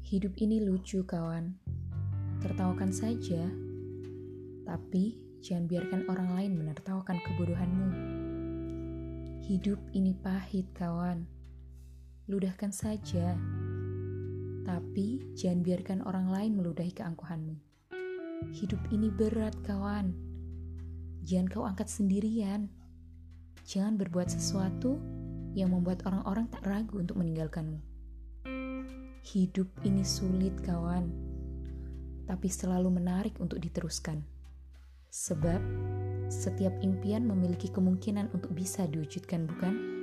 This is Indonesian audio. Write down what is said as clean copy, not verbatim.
Hidup ini lucu, kawan. Tertawakan saja, tapi jangan biarkan orang lain menertawakan kebodohanmu. Hidup ini pahit, kawan. Ludahkan saja, tapi jangan biarkan orang lain meludahi keangkuhanmu. Hidup ini berat, kawan. Jangan kau angkat sendirian. Jangan berbuat sesuatu yang membuat orang-orang tak ragu untuk meninggalkanmu. Hidup ini sulit, kawan, tapi selalu menarik untuk diteruskan. Sebab setiap impian memiliki kemungkinan untuk bisa diwujudkan, bukan?